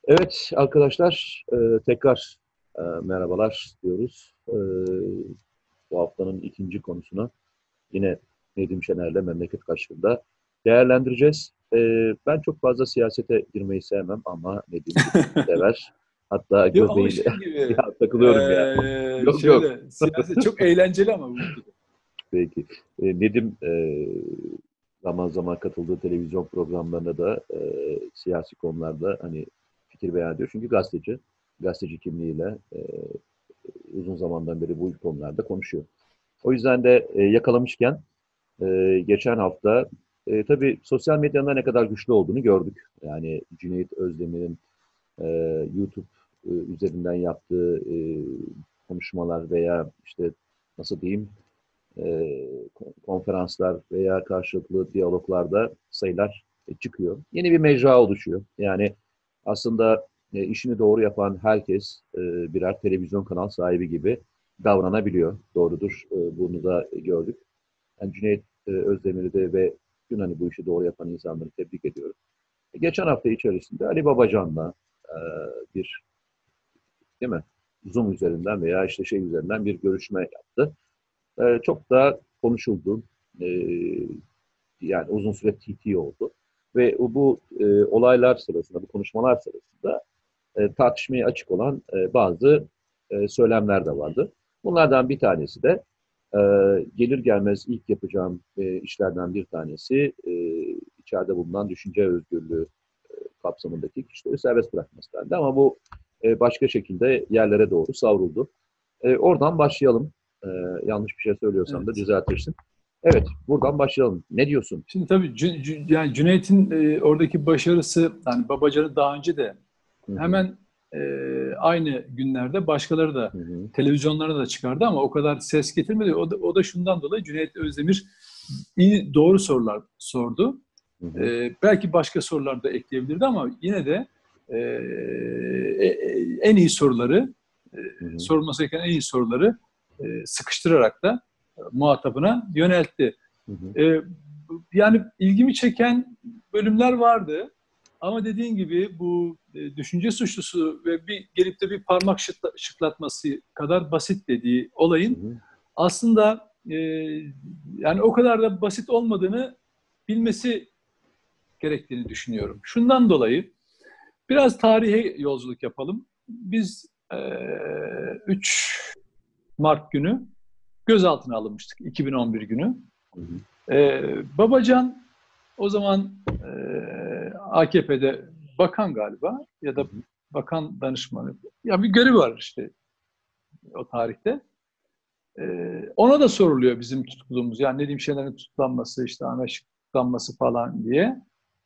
Evet arkadaşlar, tekrar merhabalar diyoruz. Bu haftanın ikinci konusunu yine Nedim Şener'le Memleket Kaçkın'da değerlendireceğiz. Ben çok fazla siyasete girmeyi sevmem ama Nedim sever. Hatta Yok ama göbeğiyle şey gibi, ya takılıyorum ya. Yok yok. şöyle, siyaset çok eğlenceli ama bu ülkede. Peki. Nedim zaman zaman katıldığı televizyon programlarında da siyasi konularda hani fikir beyan ediyor. Çünkü gazeteci. Gazeteci kimliğiyle uzun zamandan beri bu konularda konuşuyor. O yüzden de yakalamışken geçen hafta tabii sosyal medyanın ne kadar güçlü olduğunu gördük. Yani Cüneyt Özdemir'in e, YouTube üzerinden yaptığı konuşmalar veya işte nasıl diyeyim e, konferanslar veya karşılıklı diyaloglarda sayılar çıkıyor. Yeni bir mecra oluşuyor. Yani aslında işini doğru yapan herkes birer televizyon kanal sahibi gibi davranabiliyor. Doğrudur. Bunu da gördük. Yani Cüneyt Özdemir'i de ve bütün hani bu işi doğru yapan insanları tebrik ediyorum. Geçen hafta içerisinde Ali Babacan'la e, bir değil mi? Zoom üzerinden veya işte şey üzerinden bir görüşme yaptı. Çok da konuşuldu. E, Yani uzun süre TT oldu. Ve bu olaylar sırasında, bu konuşmalar sırasında tartışmaya açık olan bazı söylemler de vardı. Bunlardan bir tanesi de e, gelir gelmez ilk yapacağım işlerden bir tanesi içeride bulunan düşünce özgürlüğü kapsamındaki kişileri serbest bırakması dendi. Ama bu başka şekilde yerlere doğru savruldu. Oradan başlayalım. E, Yanlış bir şey söylüyorsam da Evet. düzeltirsin. Evet, buradan başlayalım. Ne diyorsun? Şimdi tabii yani Cüneyt'in oradaki başarısı, yani Babacan'ı daha önce de Hı hı, hemen e, aynı günlerde başkaları da hı hı, televizyonlara da çıkardı ama o kadar ses getirmedi. O da şundan dolayı Cüneyt Özdemir iyi doğru sorular sordu. hı hı, Belki başka sorular da ekleyebilirdi ama yine de en iyi soruları, hı hı, sorulması gereken en iyi soruları sıkıştırarak da muhatabına yöneltti. hı hı, E, Yani ilgimi çeken bölümler vardı. Ama dediğin gibi bu düşünce suçlusu ve bir gelip de bir parmak şıklatması kadar basit dediği hı olayın hı. aslında yani o kadar da basit olmadığını bilmesi gerektiğini düşünüyorum. Şundan dolayı biraz tarihe yolculuk yapalım. Biz 3 Mart günü gözaltına alınmıştık, 2011 günü. Hı hı, Babacan o zaman AKP'de bakan galiba ya hı da hı, bakan danışmanı. Ya bir görevi var işte o tarihte. Ona da soruluyor bizim tutukluluğumuz. Yani Nedim Şener'in tutuklanması, işte Ahmet Şık'ın tutuklanması falan diye.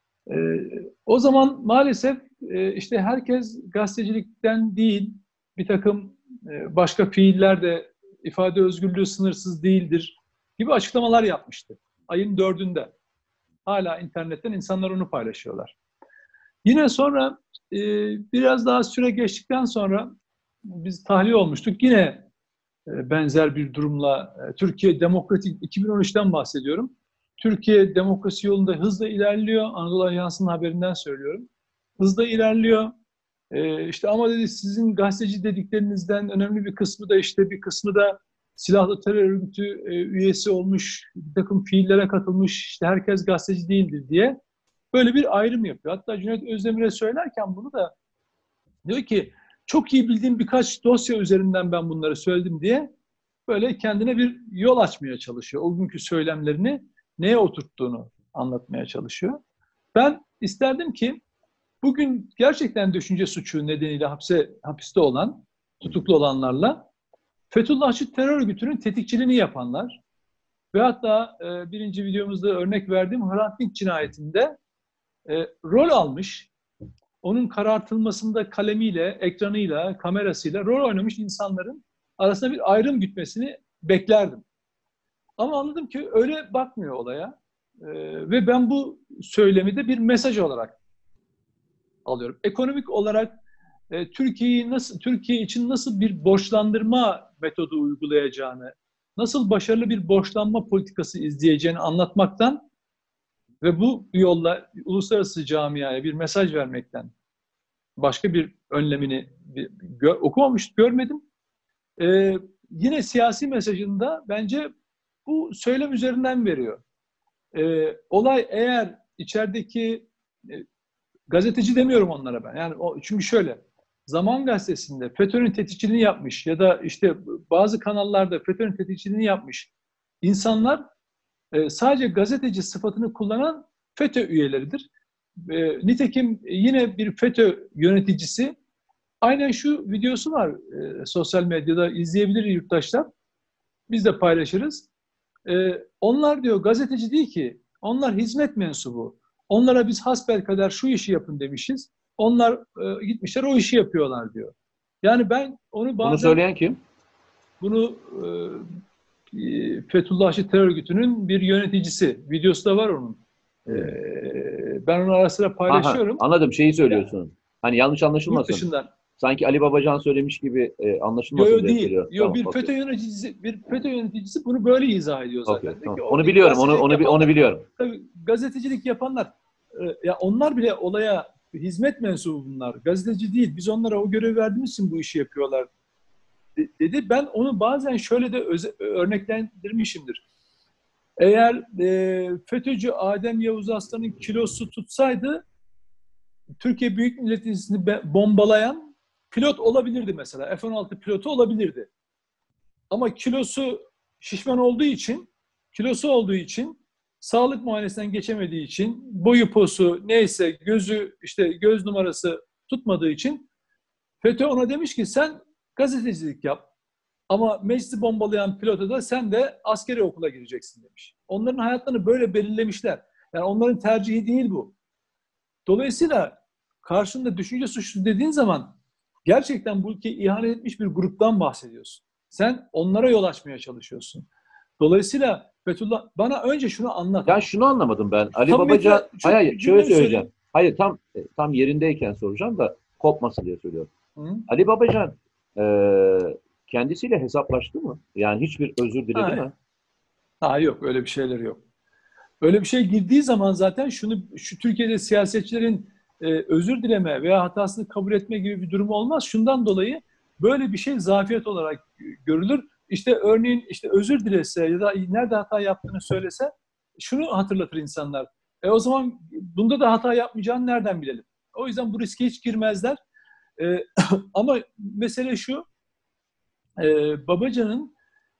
O zaman maalesef işte herkes gazetecilikten değil, bir takım başka fiiller de ifade özgürlüğü sınırsız değildir gibi açıklamalar yapmıştı. Ayın 4'ünde. Hala internetten insanlar onu paylaşıyorlar. Yine sonra e, biraz daha süre geçtikten sonra biz tahliye olmuştuk. Yine benzer bir durumla Türkiye demokratik 2013'ten bahsediyorum. Türkiye demokrasi yolunda hızla ilerliyor. Anadolu Ajansı'nın haberinden söylüyorum. Hızla ilerliyor. İşte ama dedi sizin gazeteci dediklerinizden önemli bir kısmı da işte bir kısmı da silahlı terör örgütü üyesi olmuş, bir takım fiillere katılmış, işte herkes gazeteci değildir diye böyle bir ayrım yapıyor. Hatta Cüneyt Özdemir'e söylerken bunu da diyor ki çok iyi bildiğim birkaç dosya üzerinden ben bunları söyledim diye böyle kendine bir yol açmaya çalışıyor. O günkü söylemlerini neye oturttuğunu anlatmaya çalışıyor. Ben isterdim ki bugün gerçekten düşünce suçu nedeniyle hapiste olan, hı hı, tutuklu olanlarla Fethullahçı terör örgütünün tetikçiliğini yapanlar ve hatta birinci videomuzda örnek verdiğim Hrant Dink cinayetinde rol almış, onun karartılmasında kalemiyle, ekranıyla, kamerasıyla rol oynamış insanların arasında bir ayrım gütmesini beklerdim. Ama anladım ki öyle bakmıyor olaya. Ve ben bu söylemi de bir mesaj olarak alıyorum. Ekonomik olarak Türkiye için nasıl bir borçlandırma metodu uygulayacağını, nasıl başarılı bir borçlanma politikası izleyeceğini anlatmaktan ve bu yolla uluslararası camiaya bir mesaj vermekten başka bir önlemini okumamış, görmedim. Yine siyasi mesajında bence bu söylem üzerinden veriyor. Olay eğer içerideki gazeteci demiyorum onlara ben. Yani çünkü şöyle, Zaman Gazetesi'nde FETÖ'nün tetikçiliğini yapmış ya da işte bazı kanallarda FETÖ'nün tetikçiliğini yapmış insanlar sadece gazeteci sıfatını kullanan FETÖ üyeleridir. Nitekim yine bir FETÖ yöneticisi, aynen şu videosu var, sosyal medyada izleyebilir yurttaşlar. Biz de paylaşırız. Onlar diyor gazeteci değil ki. Onlar hizmet mensubu. Onlara biz hasbelkader şu işi yapın demişiz. Onlar gitmişler o işi yapıyorlar diyor. Yani ben onu Bunu bazen söyleyen kim? bunu Fethullahçı terör örgütünün bir yöneticisi. Videosu da var onun. Ben onu ara sıra paylaşıyorum. Anladım, şeyi söylüyorsun. Hani yanlış Yurt anlaşılmasın. dışından. Sanki Ali Babacan söylemiş gibi anlaşılmasın diye Değil. söylüyor. Yo, Tamam, bir okey. FETÖ yöneticisi bunu böyle izah ediyor Okey, zaten. De tamam. ki Onu oradaki biliyorum, gazetecilik onu yapanlar, biliyorum. tabii gazetecilik yapanlar, ya onlar bile olaya hizmet mensubu bunlar. Gazeteci değil. Biz onlara o görev verdiğimiz için bu işi yapıyorlar dedi. Ben onu bazen şöyle de örneklendirmişimdir. Eğer FETÖ'cü Adem Yavuz Aslan'ın kilosu tutsaydı Türkiye Büyük Millet Meclisi'ni bombalayan pilot olabilirdi mesela. F-16 pilotu olabilirdi. Ama kilosu olduğu için, sağlık muayenesinden geçemediği için, boyu posu neyse, gözü işte göz numarası tutmadığı için FETÖ ona demiş ki sen gazetecilik yap. Ama meclisi bombalayan pilota da sen de askeri okula gireceksin demiş. Onların hayatlarını böyle belirlemişler. Yani onların tercihi değil bu. Dolayısıyla karşında düşünce suçlu dediğin zaman gerçekten bu ülkeyi ihanet etmiş bir gruptan bahsediyorsun. Sen onlara yol açmaya çalışıyorsun. Dolayısıyla Fethullah, bana önce şunu anlat Ya ama. şunu anlamadım ben. Ali Babacan, Samimiyetle hayır, bir şöyle cümlemi söyleyeceğim. söyleyeyim. Hayır, tam yerindeyken soracağım da kopmasın diye söylüyorum. Hı? Ali Babacan e, kendisiyle hesaplaştı mı? Yani hiçbir özür diledi Ha, mi? yok, öyle bir şeyler yok. Öyle bir şey girdiği zaman zaten şu Türkiye'de siyasetçilerin özür dileme veya hatasını kabul etme gibi bir durum olmaz. Şundan dolayı böyle bir şey zafiyet olarak görülür. İşte örneğin işte özür dilese ya da nerede hata yaptığını söylese şunu hatırlatır insanlar. O zaman bunda da hata yapmayacağını nereden bilelim? O yüzden bu riske hiç girmezler. Ama mesele şu, Babacan'ın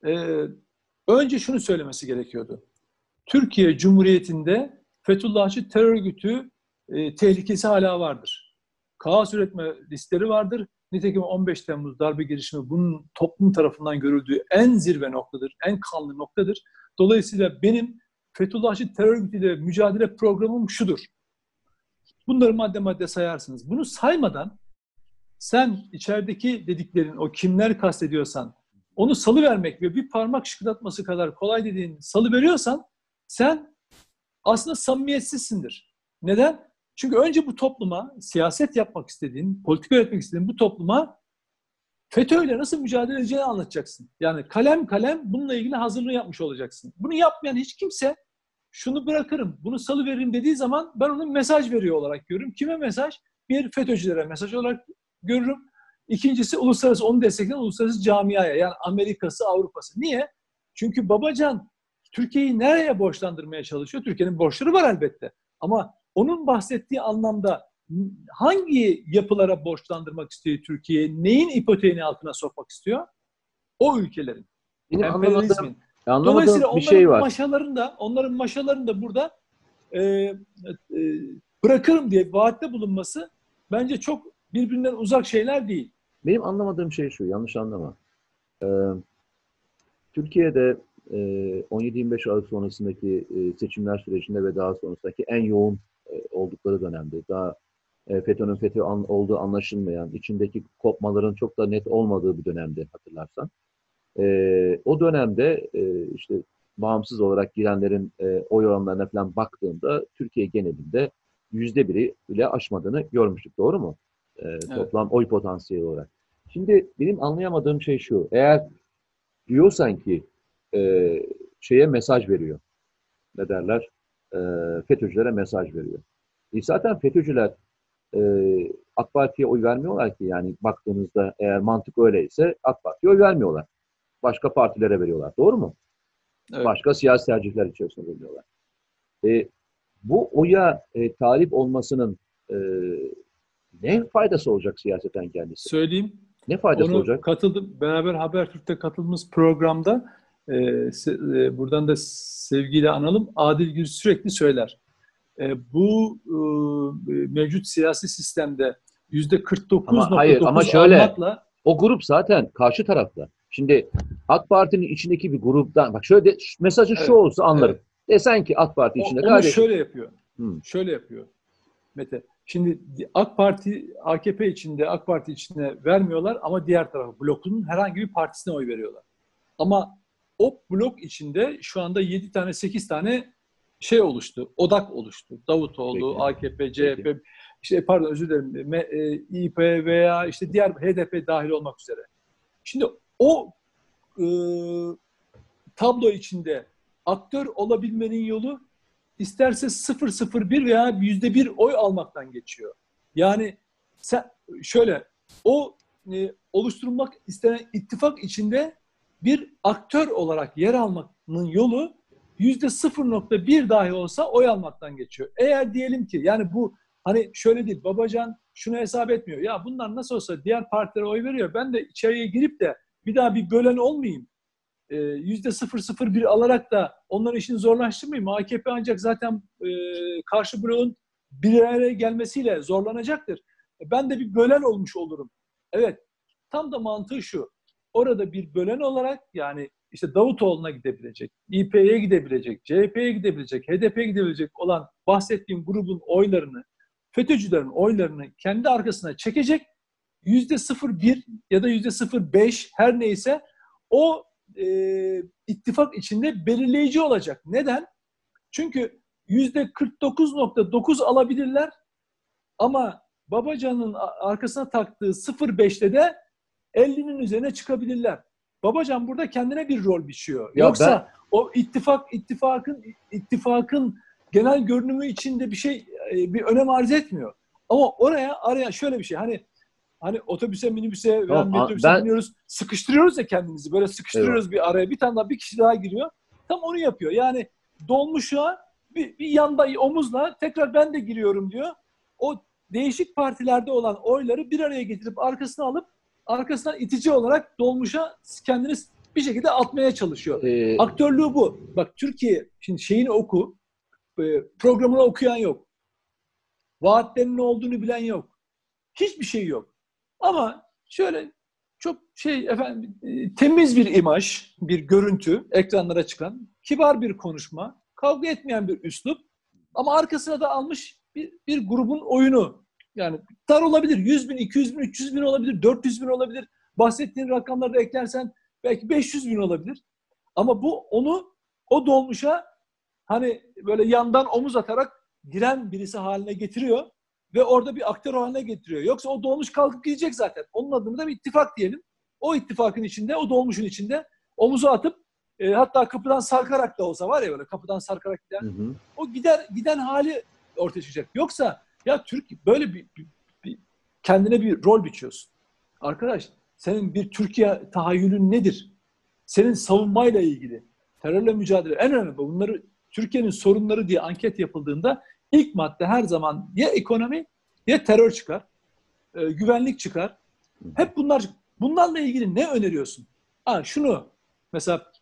önce şunu söylemesi gerekiyordu. Türkiye Cumhuriyeti'nde Fethullahçı terör örgütü tehlikesi hala vardır. Kaos üretme riskleri vardır. Nitekim 15 Temmuz darbe girişimi bunun toplum tarafından görüldüğü en zirve noktadır, en kanlı noktadır. Dolayısıyla benim Fethullahçı terör örgütüyle mücadele programım şudur. Bunları madde madde sayarsınız. Bunu saymadan sen içerideki dediklerin, o kimler kastediyorsan onu salıvermek ve bir parmak şıklatması kadar kolay dediğin salıveriyorsan sen aslında samimiyetsizsindir. Neden? Çünkü önce bu topluma siyaset yapmak istediğin, politika üretmek istediğin bu topluma FETÖ'yle nasıl mücadele edeceğini anlatacaksın. Yani kalem kalem bununla ilgili hazırlığı yapmış olacaksın. Bunu yapmayan hiç kimse şunu bırakırım, bunu salıveririm dediği zaman ben onu mesaj veriyor olarak görürüm. Kime mesaj? Bir, FETÖ'cülere mesaj olarak görürüm. İkincisi uluslararası, onu destekleyen uluslararası camiaya, yani Amerika'sı, Avrupa'sı. Niye? Çünkü Babacan Türkiye'yi nereye borçlandırmaya çalışıyor? Türkiye'nin borçları var elbette. Ama onun bahsettiği anlamda hangi yapılara borçlandırmak istiyor Türkiye'yi? Neyin ipoteğini altına sokmak istiyor? O ülkelerin. Benim Emperyalizmin. anlamadığım Dolayısıyla bir şey var. onların maşalarında burada e, e, bırakırım diye vaatte bulunması bence çok birbirinden uzak şeyler değil. Benim anlamadığım şey şu, yanlış anlama. Ee, Türkiye'de 17-25 Aralık sonrasındaki seçimler sürecinde ve daha sonrasındaki en yoğun oldukları dönemde, daha FETÖ'nün olduğu anlaşılmayan, içindeki kopmaların çok da net olmadığı bir dönemde hatırlarsan. O dönemde işte bağımsız olarak girenlerin oy oranlarına falan baktığımda Türkiye genelinde %1'i bile aşmadığını görmüştük. Doğru mu? Evet. Toplam oy potansiyeli olarak. Şimdi benim anlayamadığım şey şu. Eğer diyorsan ki e, şeye mesaj veriyor. Ne derler? FETÖ'cülere mesaj veriyor. Zaten FETÖ'cüler e, AK Parti'ye oy vermiyorlar ki. Yani baktığınızda eğer mantık öyleyse AK Parti'ye oy vermiyorlar. Başka partilere veriyorlar. Doğru mu? Evet. Başka siyasi tercihler içerisinde bulunuyorlar. E, Bu oya talip olmasının e, ne faydası olacak siyaseten kendisi? Söyleyeyim. Ne faydası Onu olacak? katıldım. Beraber Habertürk'te katıldığımız programda buradan da sevgiyle analım. Adil Gül sürekli söyler. Bu mevcut siyasi sistemde Ama hayır, ama %49.9 şöyle, almakla o grup zaten karşı tarafta. Şimdi AK Parti'nin içindeki bir gruptan, bak şöyle mesajı şu evet, olsa anlarım. evet. Desen ki AK Parti içinde Onu kardeşim. şöyle yapıyor. Hı, Şöyle yapıyor Mete. Şimdi AK Parti, AKP içinde, AK Parti içinde vermiyorlar ama diğer tarafı, blokunun herhangi bir partisine oy veriyorlar. Ama o blok içinde şu anda 7 tane, 8 tane şey oluştu, odak oluştu. Davutoğlu, peki. AKP, Peki. CHP, işte pardon özür dilerim, İP veya işte diğer HDP dahil olmak üzere. Şimdi o e, tablo içinde aktör olabilmenin yolu isterse 0,01 veya %1 oy almaktan geçiyor. Yani sen şöyle o oluşturulmak istenen ittifak içinde bir aktör olarak yer almanın yolu %0,1 dahi olsa oy almaktan geçiyor. Eğer diyelim ki yani bu hani şöyle değil, Babacan şunu hesap etmiyor. Ya bunlar nasıl olsa diğer partilere oy veriyor. Ben de içeriye girip de bir daha bir bölen olmayayım. %0,01 alarak da onların işini zorlaştırmayayım. AKP ancak zaten karşı bloğun bir araya gelmesiyle zorlanacaktır. Ben de bir bölen olmuş olurum. Evet, tam da mantığı şu. Orada bir bölen olarak yani işte Davutoğlu'na gidebilecek, İP'ye gidebilecek, CHP'ye gidebilecek, HDP'ye gidebilecek olan bahsettiğim grubun oylarını, FETÖ'cülerin oylarını kendi arkasına çekecek, %0,1 ya da %0,5 her neyse o ittifak içinde belirleyici olacak. Neden? Çünkü %49,9 alabilirler ama Babacan'ın arkasına taktığı 0,5'te de 50'nin üzerine çıkabilirler. Babacan burada kendine bir rol biçiyor. Ya ben Yoksa o ittifakın genel görünümü içinde bir şey bir önem arz etmiyor. Ama araya şöyle bir şey hani otobüse, minibüse veya tamam, metrobüse ben biniyoruz, sıkıştırıyoruz ya kendimizi. Böyle eyvallah. sıkıştırıyoruz bir araya. Bir tane daha bir kişi daha giriyor. Tam onu yapıyor. Yani dolmuşa bir yanda omuzla tekrar ben de giriyorum diyor. O değişik partilerde olan oyları bir araya getirip arkasına alıp arkasından itici olarak dolmuşa kendini bir şekilde atmaya çalışıyor. E, Aktörlüğü bu. Bak Türkiye, şimdi şeyini oku, programını okuyan yok. Vaatlerinin ne olduğunu bilen yok. Hiçbir şey yok. Ama şöyle çok temiz bir imaj, bir görüntü ekranlara çıkan, kibar bir konuşma, kavga etmeyen bir üslup ama arkasına da almış bir grubun oyunu. Yani dar olabilir. 100 bin, 200 bin, 300 bin olabilir, 400 bin olabilir. Bahsettiğin rakamları da eklersen belki 500 bin olabilir. Ama bu onu o dolmuşa hani böyle yandan omuz atarak giren birisi haline getiriyor ve orada bir aktör haline getiriyor. Yoksa o dolmuş kalkıp gidecek zaten. Onun adını da bir ittifak diyelim. O ittifakın içinde, o dolmuşun içinde omuzu atıp hatta kapıdan sarkarak da olsa var ya böyle kapıdan sarkarak giden hı hı. o giden hali ortaya çıkacak. Yoksa ya Türk böyle bir kendine bir rol biçiyorsun. Arkadaş senin bir Türkiye tahayyülün nedir? Senin savunmayla ilgili, terörle mücadele en önemli bunları Türkiye'nin sorunları diye anket yapıldığında ilk madde her zaman ya ekonomi ya terör çıkar, güvenlik çıkar. Hep bunlarla ilgili ne öneriyorsun? Şunu mesela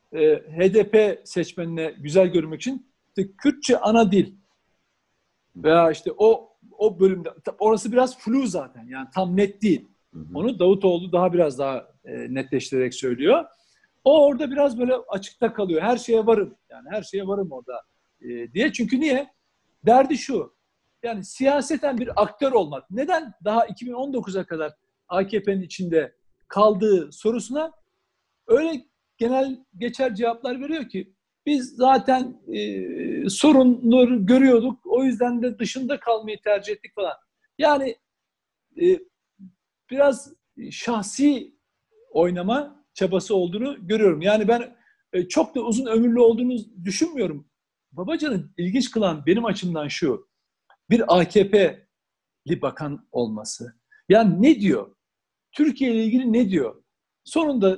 HDP seçmenine güzel görmek için işte Kürtçe ana dil veya işte o bölümde orası biraz flu zaten yani tam net değil. Hı hı. Onu Davutoğlu biraz daha netleştirerek söylüyor. O orada biraz böyle açıkta kalıyor. Her şeye varım. Yani her şeye varım orada diye. Çünkü niye? Derdi şu. Yani siyaseten bir aktör olmak. Neden daha 2019'a kadar AKP'nin içinde kaldığı sorusuna öyle genel geçer cevaplar veriyor ki biz zaten sorunları görüyorduk. O yüzden de dışında kalmayı tercih ettik falan. Yani e, biraz şahsi oynama çabası olduğunu görüyorum. Yani ben çok da uzun ömürlü olduğunu düşünmüyorum. Babacan'ın ilginç kılan benim açımdan şu. Bir AKP bakan olması. Yani ne diyor? Türkiye ile ilgili ne diyor? Sonunda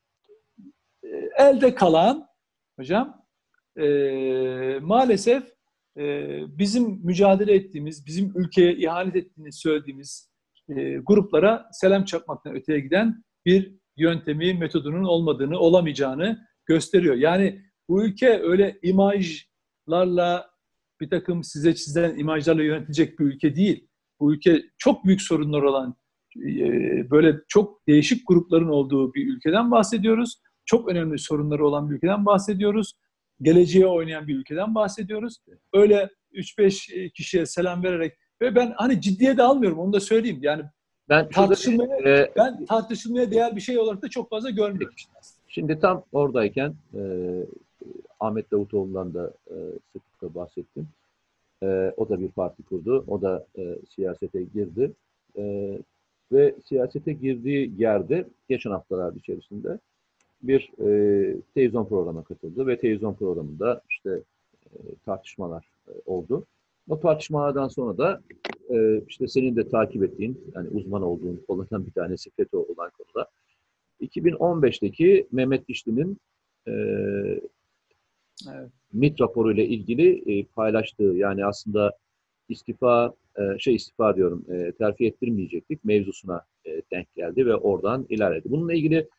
elde kalan hocam maalesef bizim mücadele ettiğimiz, bizim ülkeye ihanet ettiğini söylediğimiz gruplara selam çakmaktan öteye giden bir yöntemi, metodunun olmadığını, olamayacağını gösteriyor. Yani bu ülke öyle imajlarla, bir takım size çizilen imajlarla yönetilecek bir ülke değil. Bu ülke çok büyük sorunlar olan, böyle çok değişik grupların olduğu bir ülkeden bahsediyoruz. Çok önemli sorunları olan bir ülkeden bahsediyoruz. Geleceğe oynayan bir ülkeden bahsediyoruz. Öyle 3-5 kişiye selam vererek ve ben hani ciddiye de almıyorum, onu da söyleyeyim. Yani ben tartışılmaya değer bir şey olarak da çok fazla görmüyorum. Şimdi tam oradayken Ahmet Davutoğlu'ndan da sıklıkla bahsettim. O da bir parti kurdu. O da siyasete girdi. Ve siyasete girdiği yerde geçen haftalar içerisinde bir televizyon programına katıldı ve televizyon programında işte tartışmalar oldu. O tartışmalardan sonra da işte senin de takip ettiğin, yani uzman olduğun konulardan bir tanesi FETÖ olan konuda 2015'teki Mehmet Dişli'nin evet. MİT raporu ile ilgili paylaştığı, yani aslında istifa diyorum, terfi ettirmeyecektik mevzusuna denk geldi ve oradan ilerledi. Bununla ilgili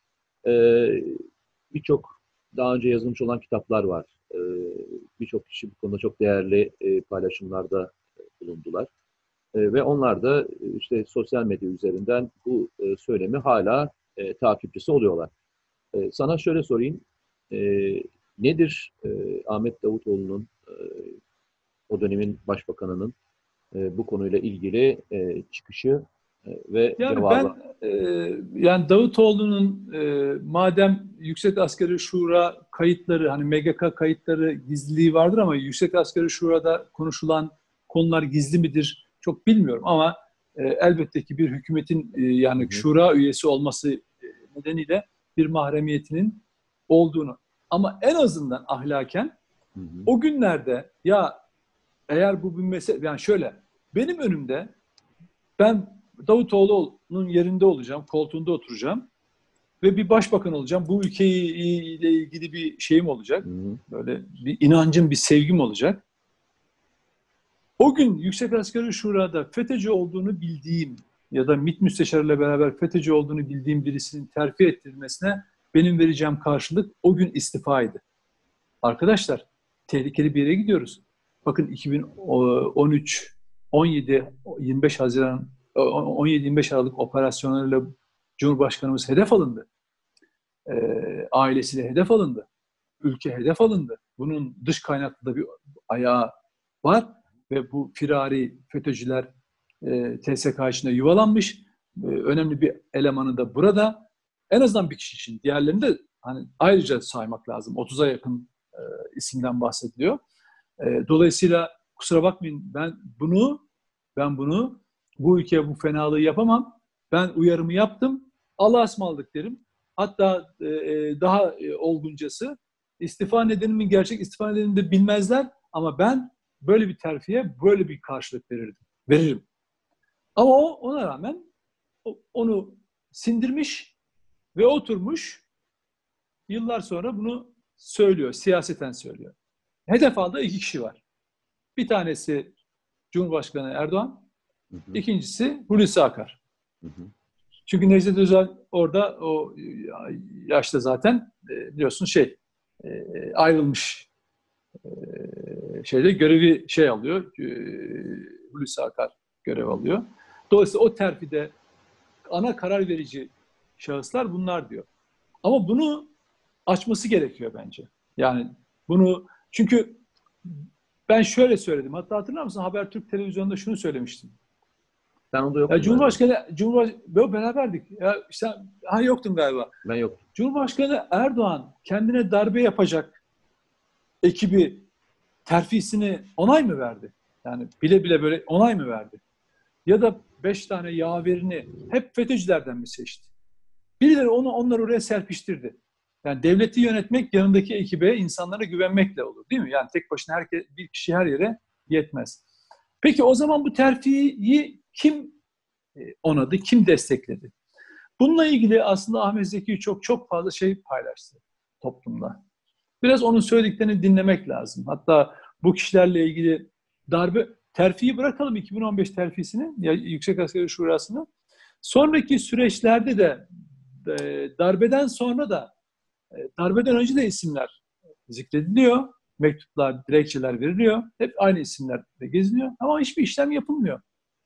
birçok daha önce yazılmış olan kitaplar var. Birçok kişi bu konuda çok değerli paylaşımlarda bulundular. Ve onlar da işte sosyal medya üzerinden bu söylemi hala takipçisi oluyorlar. Sana şöyle sorayım. Nedir Ahmet Davutoğlu'nun, o dönemin başbakanının bu konuyla ilgili çıkışı ve yani cevabı? Yani Davutoğlu'nun madem Yüksek Asgari Şura kayıtları, hani MGK kayıtları gizliliği vardır ama Yüksek Asgari Şura'da konuşulan konular gizli midir çok bilmiyorum ama elbette ki bir hükümetin yani şura üyesi olması nedeniyle bir mahremiyetinin olduğunu, ama en azından ahlaken o günlerde ya eğer bu bir mesele, yani şöyle, benim önümde, ben Davutoğlu'nun yerinde olacağım, koltuğunda oturacağım ve bir başbakan olacağım. Bu ülkeyle ilgili bir şeyim olacak. Böyle bir inancım, bir sevgim olacak. O gün Yüksek Asgari Şura'da FETÖ'cü olduğunu bildiğim ya da MİT müsteşarıyla beraber FETÖ'cü olduğunu bildiğim birisinin terfi ettirilmesine benim vereceğim karşılık o gün istifaydı. Arkadaşlar, tehlikeli bir yere gidiyoruz. Bakın 2013, 17, 25 Haziran 17-25 Aralık operasyonlarıyla Cumhurbaşkanımız hedef alındı. Ailesiyle hedef alındı. Ülke hedef alındı. Bunun dış kaynaklı da bir ayağı var ve bu firari FETÖ'cüler TSK içinde yuvalanmış. Önemli bir elemanı da burada. En azından bir kişi için. Diğerlerini de hani ayrıca saymak lazım. 30'a yakın isimden bahsediliyor. Dolayısıyla kusura bakmayın, ben bunu bu ülkeye bu fenalığı yapamam. Ben uyarımı yaptım. Allah'a ısmarladık derim. Hatta daha olguncası, gerçek istifa nedenini de bilmezler ama ben böyle bir terfiye böyle bir karşılık veririm. Ama ona rağmen onu sindirmiş ve oturmuş yıllar sonra bunu söylüyor, siyaseten söylüyor. Hedef aldığı 2 kişi var. Bir tanesi Cumhurbaşkanı Erdoğan, ikincisi Hulusi Akar. Çünkü Necdet Özel orada, o yaşta zaten biliyorsun ayrılmış, görevi alıyor. Hulusi Akar görev alıyor. Dolayısıyla o terfide ana karar verici şahıslar bunlar diyor. Ama bunu açması gerekiyor bence. Yani bunu, çünkü ben şöyle söyledim. Hatta hatırlar mısın? Habertürk televizyonda şunu söylemiştim. Ben onda yoktum. Beraberdik. Ya sen yoktun galiba. Ben yoktum. Cumhurbaşkanı Erdoğan kendine darbe yapacak ekibi terfisini onay mı verdi? Yani bile bile böyle onay mı verdi? Ya da 5 tane yaverini hep FETÖ'cülerden mi seçti? Birileri onları oraya serpiştirdi. Yani devleti yönetmek yanındaki ekibe, insanlara güvenmekle olur, değil mi? Yani tek başına bir kişi her yere yetmez. Peki o zaman bu terfiyi kim onadı, kim destekledi? Bununla ilgili aslında Ahmet Zeki çok fazla şey paylaştı toplumda. Biraz onun söylediklerini dinlemek lazım. Hatta bu kişilerle ilgili terfiyi bırakalım, 2015 terfisini, ya Yüksek Asgari Şurası'nı. Sonraki süreçlerde de darbeden sonra da darbeden önce de isimler zikrediliyor. Mektuplar, dilekçeler veriliyor. Hep aynı isimler de geziniyor. Ama hiçbir işlem yapılmıyor.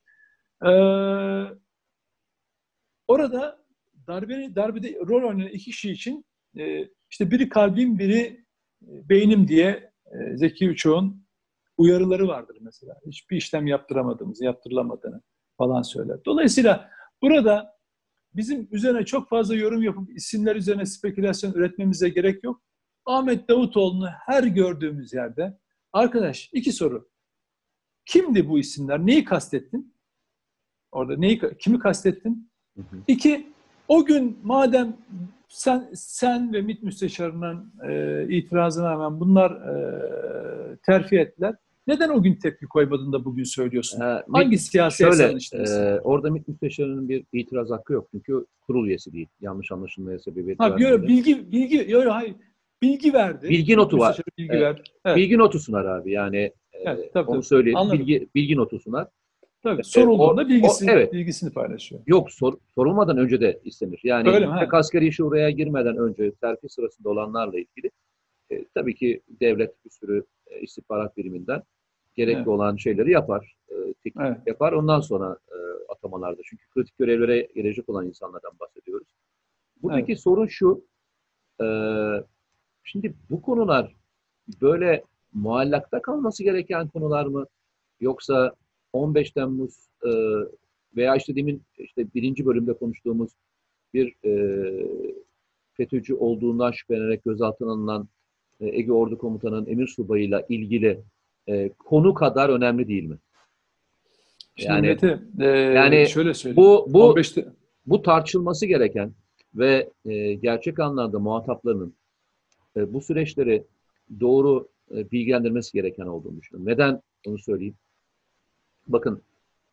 Orada darbede rol oynayan iki kişi için işte biri kalbim, biri beynim diye Zeki Uçok'un uyarıları vardır mesela. Hiçbir işlem yaptırılamadığını falan söyler. Dolayısıyla burada bizim üzerine çok fazla yorum yapıp isimler üzerine spekülasyon üretmemize gerek yok. Ahmet Davutoğlu'nu her gördüğümüz yerde, arkadaş, iki soru. Kimdi bu isimler? Neyi kastettin? Orada kimi kastettin? İki, o gün madem sen ve MİT müsteşarının itirazına rağmen bunlar terfi ettiler. Neden o gün tepki koymadın da bugün söylüyorsun? Hangi siyasi hesabın işlemesin? Orada MİT müsteşarının bir itiraz hakkı yok. Çünkü kurul üyesi değil. Yanlış anlaşılmaya sebebiyet verdi. Bilgi verdi. Bilgi notu var. Bilgi verdi. Evet. Bilgi notu sunar abi. Yani onu söyleyelim. Bilgi notu sunar. Tabii. Sorulduğunda bilgisini paylaşıyor. Yok, sorulmadan önce de istenir. Yani Yüksek Asgari Şura'ya girmeden önce terfi sırasında olanlarla ilgili tabii ki devlet bir sürü istihbarat biriminden gerekli olan şeyleri yapar. Yapar. Ondan sonra atamalarda. Çünkü kritik görevlere gelecek olan insanlardan bahsediyoruz. Buradaki sorun şu. Şimdi bu konular böyle muallakta kalması gereken konular mı? Yoksa 15 Temmuz veya demin birinci bölümde konuştuğumuz bir FETÖ'cü olduğundan şüphelenerek gözaltına alınan Ege Ordu Komutanı'nın emir subayıyla ilgili konu kadar önemli değil mi? Yani Mete, şöyle söyleyeyim. Bu tartışılması gereken ve gerçek anlamda muhataplarının bu süreçleri doğru bilgilendirmesi gereken olduğunu düşünüyorum. Neden onu söyleyeyim? Bakın,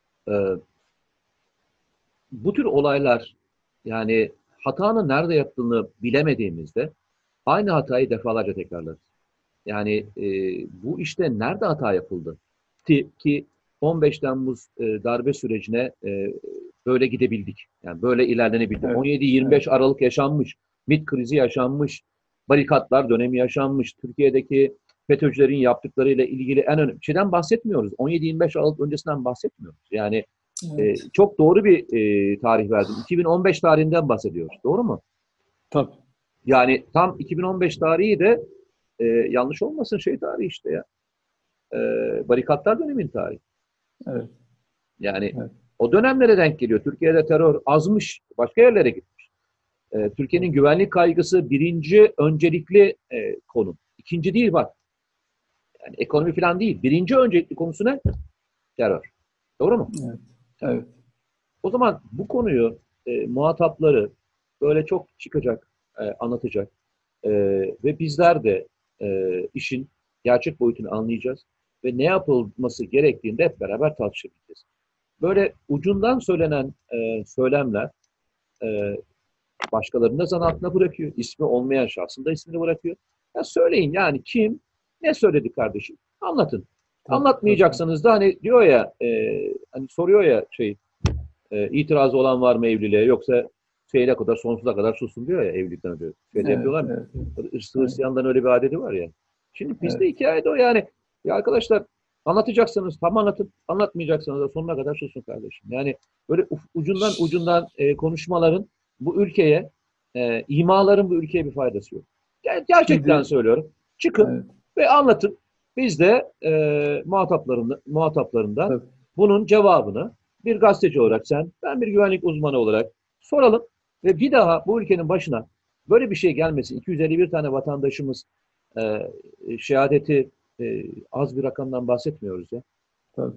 bu tür olaylar, yani hatanın nerede yaptığını bilemediğimizde aynı hatayı defalarca tekrarlarız. Yani bu işte nerede hata yapıldı? Ki 15 Temmuz darbe sürecine böyle gidebildik. Yani böyle ilerlenebildik. Evet. 17-25 Aralık yaşanmış. MİT krizi yaşanmış. Barikatlar dönemi yaşanmış. Türkiye'deki FETÖ'cülerin yaptıklarıyla ilgili en önemli şeyden bahsetmiyoruz. 17-25 Aralık öncesinden bahsetmiyoruz. Yani çok doğru bir tarih verdim. 2015 tarihinden bahsediyoruz. Doğru mu? Tabii. Yani tam 2015 tarihi de yanlış olmasın tarihi ya. Barikatlar döneminin tarihi. Evet. Yani o dönemlere denk geliyor. Türkiye'de terör azmış. Başka yerlere gitmiş. Türkiye'nin güvenlik kaygısı birinci öncelikli konu. İkinci değil bak. Yani ekonomi falan değil. Birinci öncelikli konusu ne? Terör. Doğru mu? Evet. Evet. O zaman bu konuyu muhatapları böyle çok çıkacak, anlatacak ve bizler de işin gerçek boyutunu anlayacağız ve ne yapılması gerektiğini de hep beraber tartışabileceğiz. Böyle ucundan söylenen söylemler başkalarını da zan altına bırakıyor. İsmi olmayan şahsın da ismini bırakıyor. Ya söyleyin, yani kim ne söyledi kardeşim? Anlatın. Anlatmayacaksanız da hani diyor ya hani soruyor ya itirazı olan var mı evliliğe, yoksa kadar sonsuza kadar susun diyor ya evlilikten önce. Yapıyorlar mı? Hristiyanların öyle bir adeti var ya. Şimdi bizde hikaye de o yani. Ya arkadaşlar, anlatacaksanız tam anlatın. Anlatmayacaksanız da sonuna kadar susun kardeşim. Yani böyle ucundan konuşmaların bu ülkeye, imaların bu ülkeye bir faydası yok. Gerçekten söylüyorum. Çıkın ve anlatın. Biz de muhataplarından bunun cevabını bir gazeteci olarak ben bir güvenlik uzmanı olarak soralım ve bir daha bu ülkenin başına böyle bir şey gelmesin. 251 tane vatandaşımız şehadeti, az bir rakamdan bahsetmiyoruz ya. Tabii.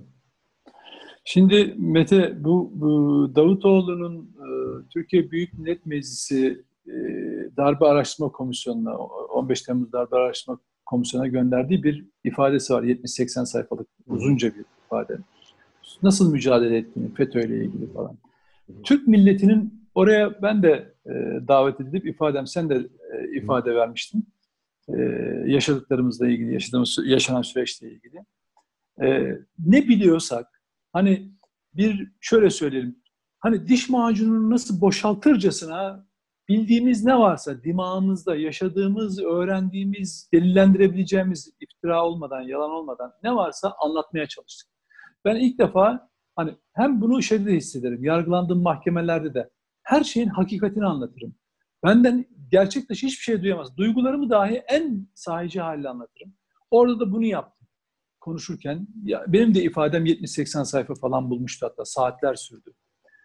Şimdi Mete, bu Davutoğlu'nun Türkiye Büyük Millet Meclisi Darbe Araştırma Komisyonu'na, 15 Temmuz Darbe Araştırma Komisyonu'na gönderdiği bir ifadesi var. 70-80 sayfalık uzunca bir ifade. nasıl mücadele ettiğini, FETÖ'yle ilgili falan. Türk milletinin oraya ben de davet edilip sen de ifade vermiştin. Yaşadıklarımızla ilgili, yaşanan süreçle ilgili. Ne biliyorsak, hani şöyle söyleyelim, hani diş macununu nasıl boşaltırcasına bildiğimiz ne varsa dimağımızda yaşadığımız, öğrendiğimiz, delillendirebileceğimiz iftira olmadan, yalan olmadan ne varsa anlatmaya çalıştık. Ben ilk defa hani hem bunu şeyde de hissederim, yargılandığım mahkemelerde de her şeyin hakikatini anlatırım. Benden gerçek dışı hiçbir şey duyamaz. Duygularımı dahi en sahici haliyle anlatırım. Orada da bunu yaptım konuşurken. Ya benim de ifadem 70-80 sayfa falan bulmuştu, hatta saatler sürdü.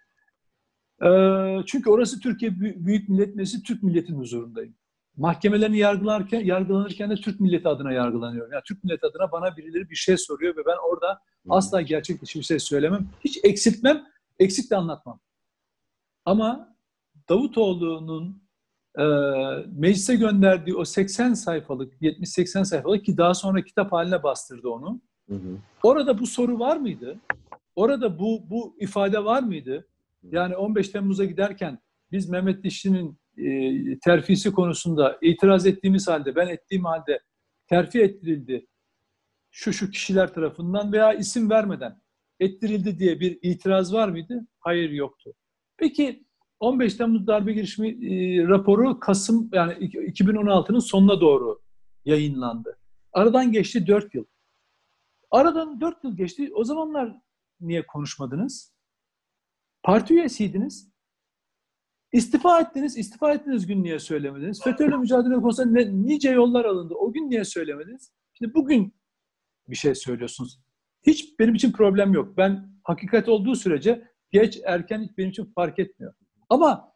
Çünkü orası Türkiye Büyük Millet Meclisi, Türk milletin huzurundayım. Mahkemelerini yargılanırken de Türk milleti adına yargılanıyorum. Yani Türk milleti adına bana birileri bir şey soruyor ve ben orada asla gerçek dışı bir şey söylemem. Hiç eksiltmem, eksik de anlatmam. Ama Davutoğlu'nun meclise gönderdiği o 80 sayfalık, 70-80 sayfalık, ki daha sonra kitap haline bastırdı onu. Orada bu soru var mıydı? Orada bu ifade var mıydı? Yani 15 Temmuz'a giderken biz Mehmet Dişli'nin terfisi konusunda itiraz ettiğimiz halde, ben ettiğim halde terfi ettirildi şu kişiler tarafından veya isim vermeden ettirildi diye bir itiraz var mıydı? Hayır, yoktu. Peki 15 Temmuz darbe girişimi raporu Kasım, yani 2016'nın sonuna doğru yayınlandı. Aradan geçti 4 yıl. Aradan 4 yıl geçti. O zamanlar niye konuşmadınız? Parti üyesiydiniz. İstifa ettiniz. İstifa ettiğiniz gün niye söylemediniz? FETÖ'yle mücadele konusunda nice yollar alındı. O gün niye söylemediniz? Şimdi bugün bir şey söylüyorsunuz. Hiç benim için problem yok. Ben hakikat olduğu sürece geç erken hiç benim için fark etmiyor. Ama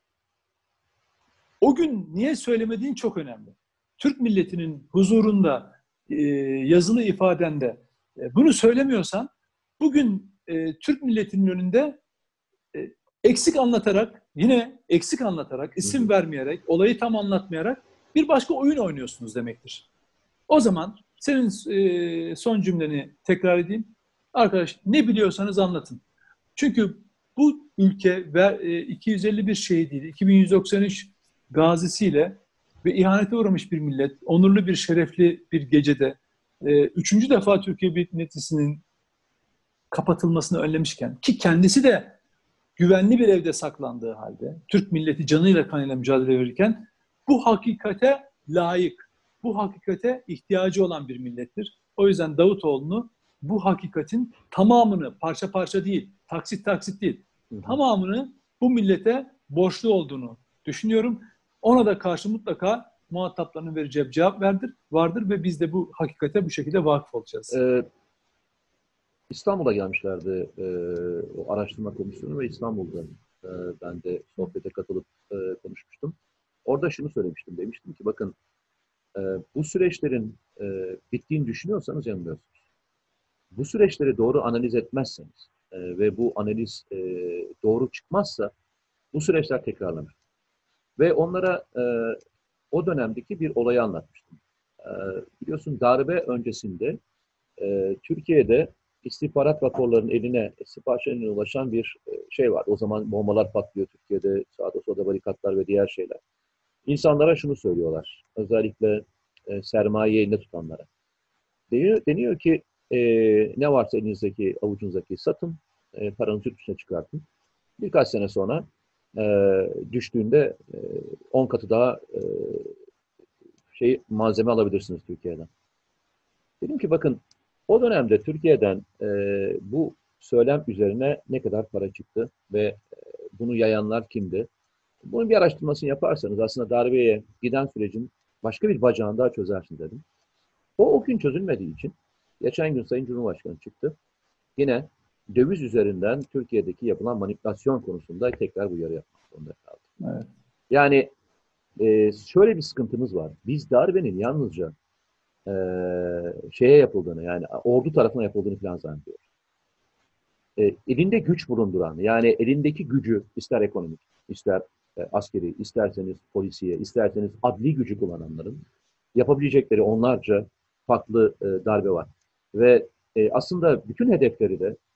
o gün niye söylemediğin çok önemli. Türk milletinin huzurunda, yazılı ifadende bunu söylemiyorsan bugün Türk milletinin önünde eksik anlatarak, yine eksik anlatarak, isim vermeyerek, olayı tam anlatmayarak bir başka oyun oynuyorsunuz demektir. O zaman senin son cümleni tekrar edeyim. Arkadaş, ne biliyorsanız anlatın. Çünkü bu ülke 251 şehidiyle, 2193 gazisiyle ve ihanete uğramış bir millet, onurlu bir, şerefli bir gecede 3. defa Türkiye Büyük Millet Meclisi'nin kapatılmasını önlemişken, ki kendisi de güvenli bir evde saklandığı halde, Türk milleti canıyla kanıyla mücadele verirken, bu hakikate layık, bu hakikate ihtiyacı olan bir millettir. O yüzden Davutoğlu'nu bu hakikatin tamamını, parça parça değil, taksit taksit değil, tamamını bu millete borçlu olduğunu düşünüyorum. Ona da karşı mutlaka muhataplarının vereceği bir cevap vardır ve biz de bu hakikate bu şekilde vakıf olacağız. İstanbul'a gelmişlerdi o araştırma komisyonu ve İstanbul'da ben de sohbete katılıp konuşmuştum. Orada şunu söylemiştim, demiştim ki bakın bu süreçlerin bittiğini düşünüyorsanız yanılıyorsunuz. Bu süreçleri doğru analiz etmezseniz ve bu analiz doğru çıkmazsa bu süreçler tekrarlanır. Ve onlara o dönemdeki bir olayı anlatmıştım. Biliyorsun darbe öncesinde Türkiye'de istihbarat raporlarının eline, siparişlerine ulaşan bir şey var. O zaman bombalar patlıyor Türkiye'de, sağda solda barikatlar ve diğer şeyler. İnsanlara şunu söylüyorlar, özellikle sermayeyi elinde tutanlara. Deniyor ki ne varsa elinizdeki, avucunuzdaki satın, paranızı yurt dışına çıkartın. Birkaç sene sonra düştüğünde 10 katı daha malzeme alabilirsiniz Türkiye'den. Dedim ki bakın o dönemde Türkiye'den bu söylem üzerine ne kadar para çıktı ve bunu yayanlar kimdi? Bunun bir araştırmasını yaparsanız aslında darbeye giden sürecin başka bir bacağını daha çözersiniz dedim. O gün çözülmediği için geçen gün Sayın Cumhurbaşkanı çıktı. Yine döviz üzerinden Türkiye'deki yapılan manipülasyon konusunda tekrar bu uyarı yapmak zorunda kaldı. Evet. Yani şöyle bir sıkıntımız var. Biz darbenin yalnızca şeye yapıldığını, yani ordu tarafına yapıldığını falan zannediyoruz. Elinde güç bulunduran, yani elindeki gücü ister ekonomik, ister askeri, isterseniz polisiye, isterseniz adli gücü kullananların yapabilecekleri onlarca farklı darbe var. Ve aslında bütün hedefleri de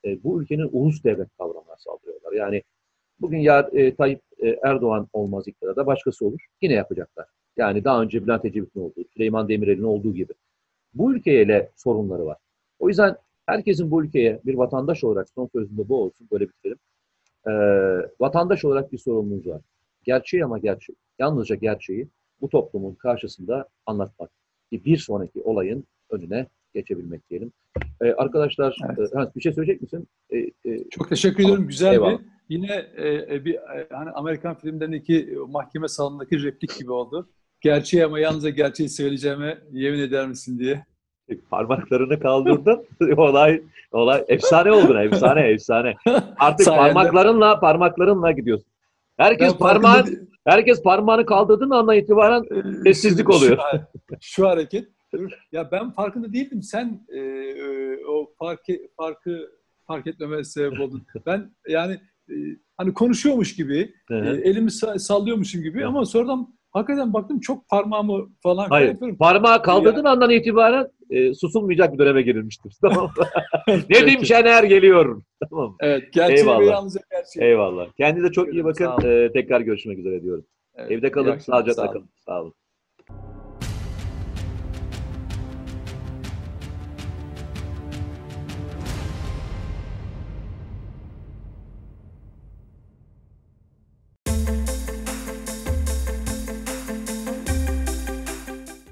bu ülkenin ulus devlet kavramına saldırıyorlar. Yani bugün Tayyip Erdoğan olmaz iktidarda başkası olur. Yine yapacaklar. Yani daha önce Bülent Ecevit'in olduğu, Süleyman Demirel'in olduğu gibi. Bu ülkeyle sorunları var. O yüzden herkesin bu ülkeye bir vatandaş olarak son sözünde bu olsun, böyle bitirelim. Vatandaş olarak bir sorumluluğumuz var. Gerçeği ama gerçeği, yalnızca gerçeği bu toplumun karşısında anlatmak. Bir sonraki olayın önüne geçebilmek diyelim. Arkadaşlar, Evet. bir şey söyleyecek misin? Çok teşekkür ederim. Güzel Eyvallah. yine hani Amerikan filmlerindeki mahkeme salonundaki replik gibi oldu. Gerçeği ama yalnızca gerçeği söyleyeceğime yemin eder misin diye. Parmaklarını kaldırdın. olay efsane oldun, efsane. Artık Sayende. parmaklarınla gidiyorsun. Ben farkında Herkes parmağını kaldırdığın andan itibaren sessizlik oluyor. Şu hareket. Ya ben farkında değildim. Sen o fark etmeme sebep oldun. Ben yani hani konuşuyormuş gibi, elimi sallıyormuşum gibi ama sonradan hakikaten baktım çok parmağımı falan Hayır. yapıyorum. Parmağı kaldırdığın andan itibaren susulmayacak bir döneme girilmiştir. Tamam mı? Nedim Peki. Şener geliyor. Tamam mı? Evet. Gerçeği ve Eyvallah. yalnızca gerçeği. Eyvallah. Kendinize çok iyi bakın. Sağ olun. Tekrar görüşmek üzere diyorum. Evet, Evde iyi kalın, akşamlar. sağlıcakla Sağ olun. kalın. Sağ olun.